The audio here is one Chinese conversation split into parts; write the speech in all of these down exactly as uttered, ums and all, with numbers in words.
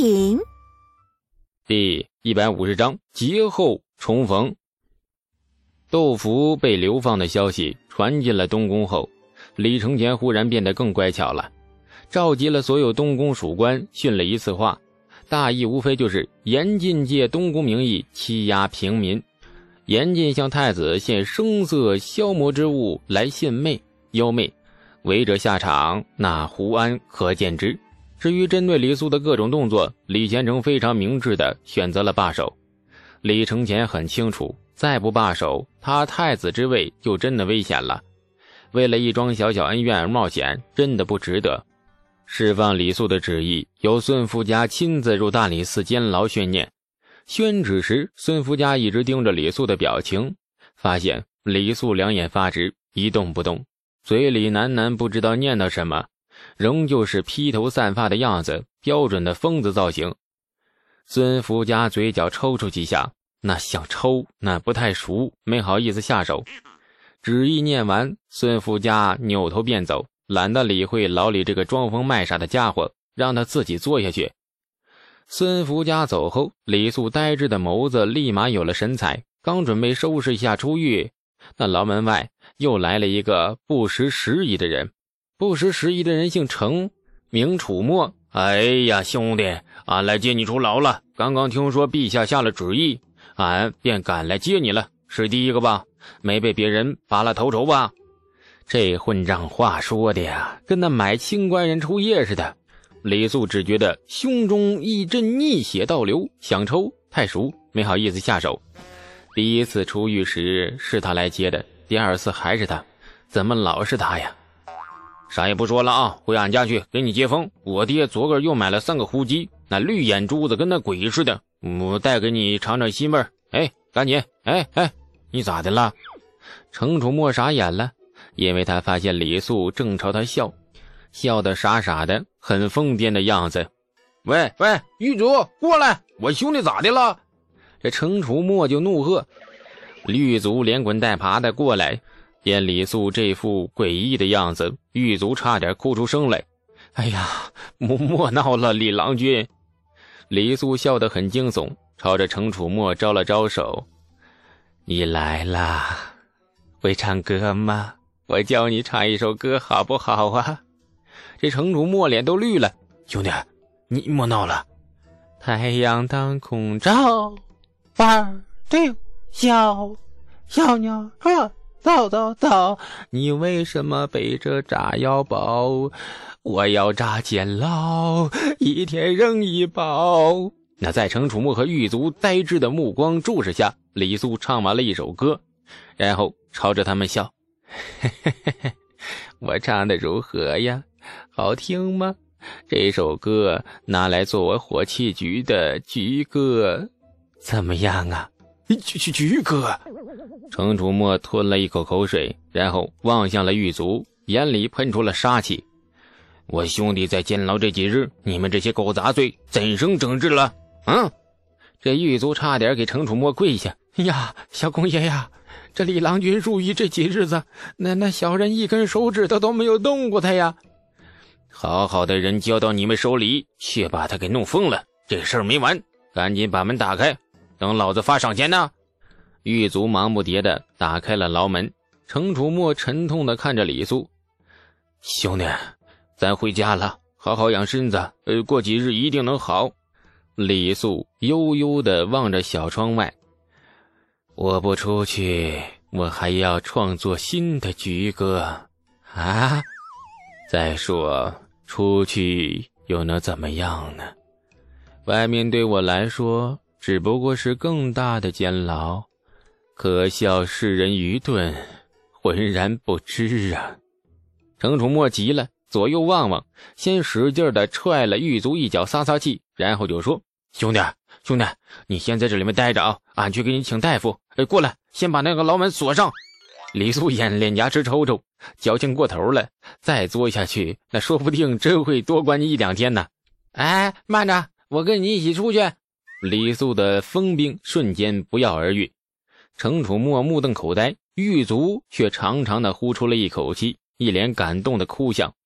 品。 第一百五十章劫后重逢。窦福被流放的消息传进了东宫后，李承乾忽然变得更乖巧了，召集了所有东宫属官训了一次话，大意无非就是严禁借东宫名义欺压平民，严禁向太子献声色消磨之物来献媚邀媚，违者下场，那胡安可见之。至于针对李肃的各种动作，李乾成非常明智地选择了罢手。李承乾很清楚，再不罢手，他太子之位就真的危险了。为了一桩小小恩怨而冒险，真的不值得。释放李肃的旨意由孙福家亲自入大理寺监牢宣念。宣旨时，孙福家一直盯着李肃的表情，发现李肃两眼发直，一动不动，嘴里喃喃不知道念叨什么，仍旧是披头散发的样子，标准的疯子造型。孙福家嘴角抽搐几下，那想抽，那不太熟，没好意思下手。旨意念完，孙福家扭头便走，懒得理会牢里这个装疯卖傻的家伙，让他自己坐下去。孙福家走后，李肃呆滞的眸子立马有了神采，刚准备收拾一下出狱，那牢门外又来了一个不识时宜的人。不识时宜的人姓程，名楚墨。哎呀，兄弟，俺来接你出牢了，刚刚听说陛下下了旨意，俺便赶来接你了，是第一个吧？没被别人拔了头筹吧？这混账话说的呀，跟那买清官人抽噎似的。李肃只觉得胸中一阵逆血倒流，想抽太熟，没好意思下手。第一次出狱时是他来接的，第二次还是他，怎么老是他呀？啥也不说了啊，回俺家去给你接风。我爹昨个又买了三个胡鸡，那绿眼珠子跟那鬼似的，我带给你尝尝腥味儿。哎，赶紧！哎哎，你咋的了？程楚墨傻眼了，因为他发现李肃正朝他笑，笑得傻傻的，很疯癫的样子。喂喂，狱卒过来，我兄弟咋的了？这程楚墨就怒喝。狱卒连滚带爬的过来，见李肃这副诡异的样子，狱卒差点哭出声来。哎呀，莫莫闹了，李郎君。李肃笑得很惊悚，朝着程楚墨招了招手。你来啦，会唱歌吗？我教你唱一首歌好不好啊？这程楚墨脸都绿了。兄弟，你莫闹了。太阳当空照，花儿对笑，小鸟儿走走走，你为什么背着炸药包？我要炸监牢，一天扔一包。那在程楚墨和狱卒呆滞的目光注视下，李肃唱完了一首歌，然后朝着他们笑。嘿嘿嘿嘿，我唱的如何呀？好听吗？这首歌拿来做我火器局的局歌，怎么样啊？局局局歌。程楚墨吞了一口口水，然后望向了狱卒，眼里喷出了杀气。我兄弟在监牢这几日，你们这些狗杂碎怎生整治了？嗯，这狱卒差点给程楚墨跪下。呀，小公爷呀，这李郎君入狱这几日子，那那小人一根手指头都没有动过他呀。好好的人交到你们手里，却把他给弄疯了，这事儿没完，赶紧把门打开，等老子发赏钱呢。狱卒忙不迭地打开了牢门。程楚墨沉痛地看着李肃，兄弟，咱回家了，好好养身子，呃，过几日一定能好。李肃悠悠地望着小窗外，我不出去，我还要创作新的局歌啊！再说出去又能怎么样呢？外面对我来说只不过是更大的监牢，可笑世人愚钝，浑然不知啊！程楚墨急了，左右望望，先使劲地踹了狱卒一脚撒撒气，然后就说：兄弟兄弟，你先在这里面待着啊，俺去给你请大夫。哎，过来，先把那个牢门锁上。李肃眼脸牙齿抽抽，矫情过头了，再作下去，那说不定真会多关你一两天呢。哎，慢着，我跟你一起出去。李肃的疯兵瞬间不药而愈。程楚墨目瞪口呆，狱卒却长长的呼出了一口气，一脸感动的哭相。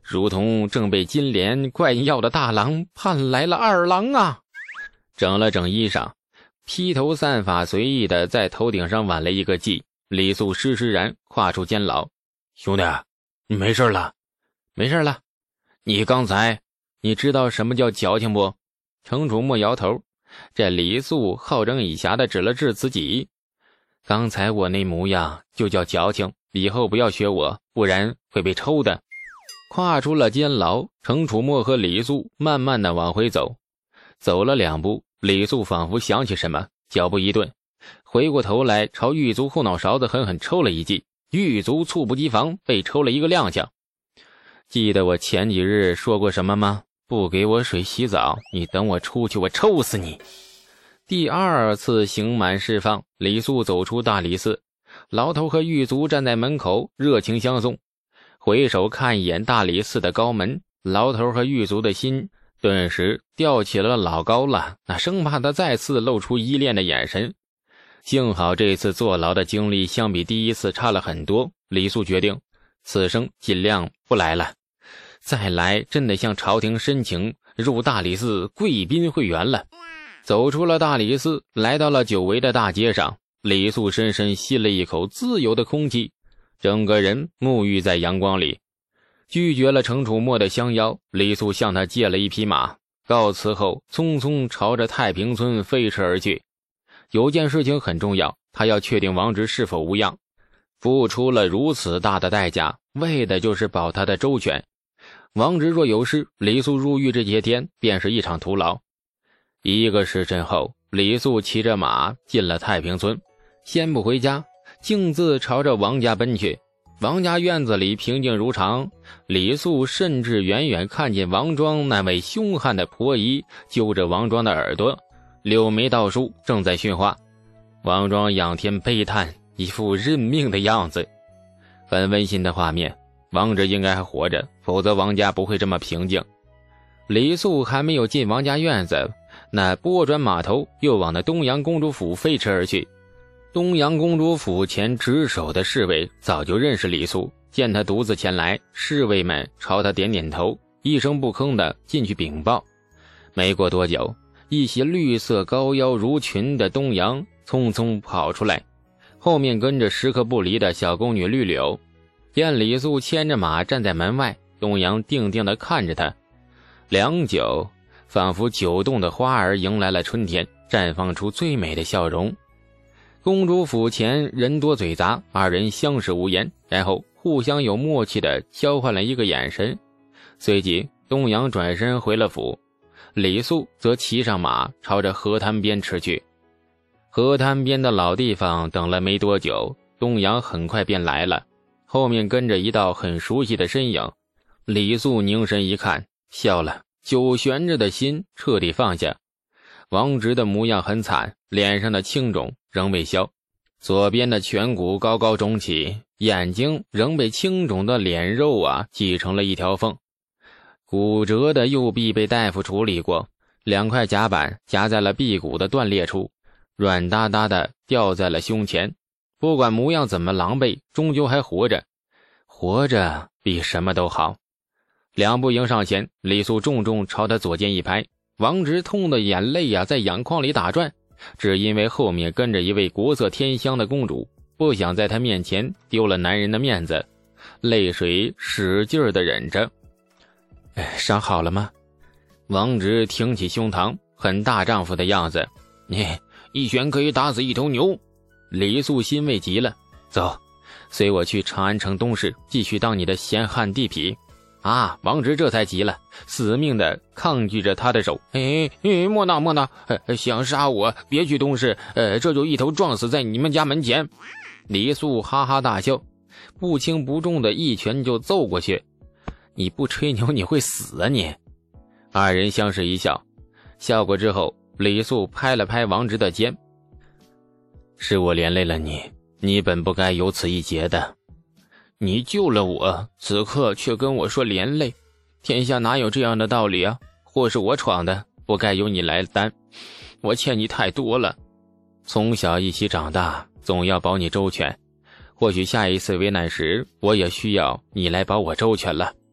如同正被金莲怪药的大郎盼来了二郎啊！整了整衣裳，披头散发，随意的在头顶上挽了一个髻。李素施施然跨出监牢：“兄弟，你没事了？”“没事了。”“你刚才，你知道什么叫矫情不？”程楚墨摇头。这李素好整以暇的指了指自己：“刚才我那模样就叫矫情，以后不要学我，不然会被抽的。”跨出了监牢，程楚墨和李素慢慢的往回走。走了两步，李素仿佛想起什么，脚步一顿，回过头来朝狱卒后脑勺子狠狠抽了一记。狱卒猝不及防，被抽了一个踉跄。记得我前几日说过什么吗？不给我水洗澡，你等我出去，我抽死你！第二次刑满释放，李素走出大理寺，牢头和狱卒站在门口热情相送。回首看一眼大理寺的高门，牢头和狱卒的心顿时吊起了老高了，那生怕他再次露出依恋的眼神。幸好这次坐牢的经历相比第一次差了很多，李素决定此生尽量不来了，再来真的向朝廷申请入大理寺贵宾会员了。走出了大理寺，来到了久违的大街上，李素深深吸了一口自由的空气，整个人沐浴在阳光里。拒绝了程楚墨的相邀，李素向他借了一匹马，告辞后匆匆朝着太平村飞驰而去。有件事情很重要，他要确定王直是否无恙，付出了如此大的代价，为的就是保他的周全。王直若有事，李素入狱这些天便是一场徒劳。一个时辰后，李素骑着马进了太平村，先不回家，径自朝着王家奔去。王家院子里平静如常，李素甚至远远看见王庄那位凶悍的婆姨揪着王庄的耳朵，柳眉倒竖，正在训话。王庄仰天悲叹，一副认命的样子，很温馨的画面。王直应该还活着，否则王家不会这么平静。李素还没有进王家院子，那拨转马头又往那东阳公主府飞驰而去。东阳公主府前值守的侍卫早就认识李素，见他独自前来，侍卫们朝他点点头，一声不吭的进去禀报。没过多久，一袭绿色高腰如裙的东阳匆匆跑出来，后面跟着时刻不离的小宫女绿柳。见李素牵着马站在门外，东阳定定地看着他，良久，仿佛久冻的花儿迎来了春天，绽放出最美的笑容。公主府前人多嘴杂，二人相视无言，然后互相有默契地交换了一个眼神。随即东阳转身回了府，李素则骑上马朝着河滩边驰去。河滩边的老地方等了没多久，东阳很快便来了，后面跟着一道很熟悉的身影。李素凝神一看，笑了，久悬着的心彻底放下。王直的模样很惨，脸上的青肿仍未消，左边的颧骨高高肿起，眼睛仍被青肿的脸肉啊挤成了一条缝。骨折的右臂被大夫处理过，两块夹板夹在了臂骨的断裂处，软哒哒的吊在了胸前。不管模样怎么狼狈，终究还活着，活着比什么都好。两步迎上前，李素重重朝他左肩一拍，王直痛的眼泪呀、啊、在眼眶里打转，只因为后面跟着一位国色天香的公主，不想在他面前丢了男人的面子，泪水使劲儿的忍着。哎，伤好了吗？王直挺起胸膛，很大丈夫的样子。你一拳可以打死一头牛。李素欣慰极了，走，随我去长安城东市，继续当你的闲汉地痞。啊！王直这才急了，死命的抗拒着他的手。哎哎，莫闹莫闹，呃，想杀我，别去东市，呃，这就一头撞死在你们家门前。李素哈哈大笑，不轻不重的一拳就揍过去。你不吹牛你会死啊你！二人相视一笑，笑过之后，李素拍了拍王直的肩。是我连累了你，你本不该有此一劫的。你救了我，此刻却跟我说连累，天下哪有这样的道理啊？祸是我闯的，不该由你来担，我欠你太多了。从小一起长大，总要保你周全，或许下一次危难时，我也需要你来保我周全了。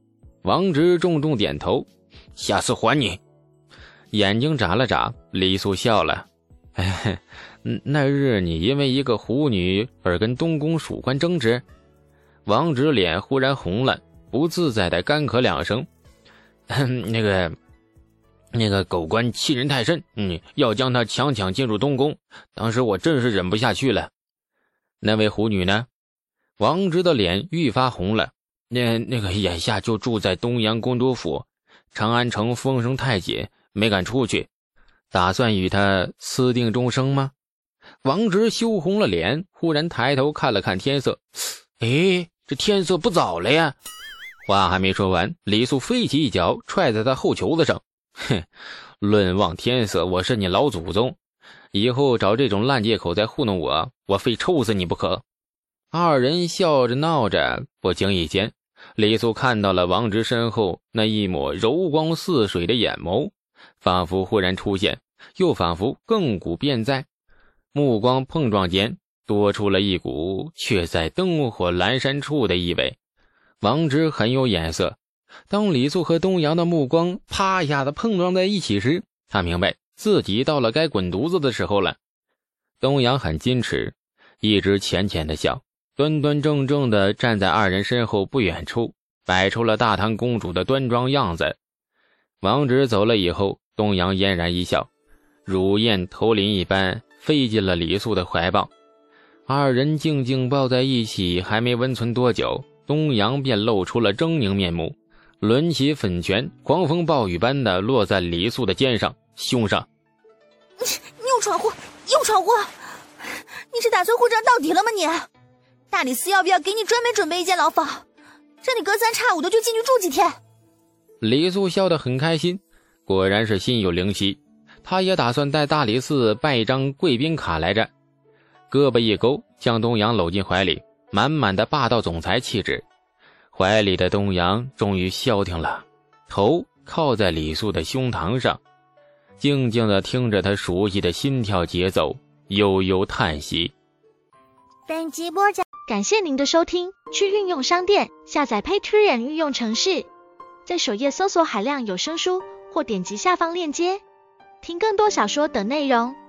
王直重重点头，下次还你。眼睛眨了眨，李素笑了，哎，那日你因为一个狐女而跟东宫属官争执？王直脸忽然红了，不自在地干咳两声，那个那个狗官欺人太甚，嗯，要将他强抢进入东宫，当时我真是忍不下去了。那位狐女呢？王直的脸愈发红了，那那个眼下就住在东阳公主府，长安城风声太紧，没敢出去，打算与他私定终生吗？王直羞红了脸，忽然抬头看了看天色，诶，这天色不早了呀。话还没说完，李素飞起一脚踹在他后球子上，哼，论望天色，我是你老祖宗，以后找这种烂借口再糊弄我，我非抽死你不可。二人笑着闹着，不经意间，李素看到了王直身后那一抹柔光似水的眼眸，仿佛忽然出现，又仿佛亘古便在，目光碰撞间多出了一股却在灯火阑珊处的意味。王直很有眼色，当李素和东阳的目光啪一下的碰撞在一起时，他明白自己到了该滚犊子的时候了。东阳很矜持，一直浅浅的笑，端端正正地站在二人身后不远处，摆出了大唐公主的端庄样子。王直走了以后，东阳嫣然一笑，乳燕投林一般飞进了李素的怀抱。二人静静抱在一起，还没温存多久，东阳便露出了狰狞面目，抡起粉拳，狂风暴雨般的落在李素的肩上、胸上。 你你又闯祸，又闯祸！你是打算混账到底了吗你？大理寺要不要给你专门准备一间牢房，让你隔三差五的就进去住几天？ 李素笑得很开心，果然是心有灵犀，他也打算带大理寺办一张贵宾卡来着。胳膊一勾，将东阳搂进怀里，满满的霸道总裁气质。怀里的东阳终于消停了，头靠在李素的胸膛上，静静地听着他熟悉的心跳节奏，悠悠叹息。 本集播讲， 感谢您的收听，去运用商店下载 Patreon 运用程式，在首页搜索海量有声书，或点击下方链接听更多小说等内容。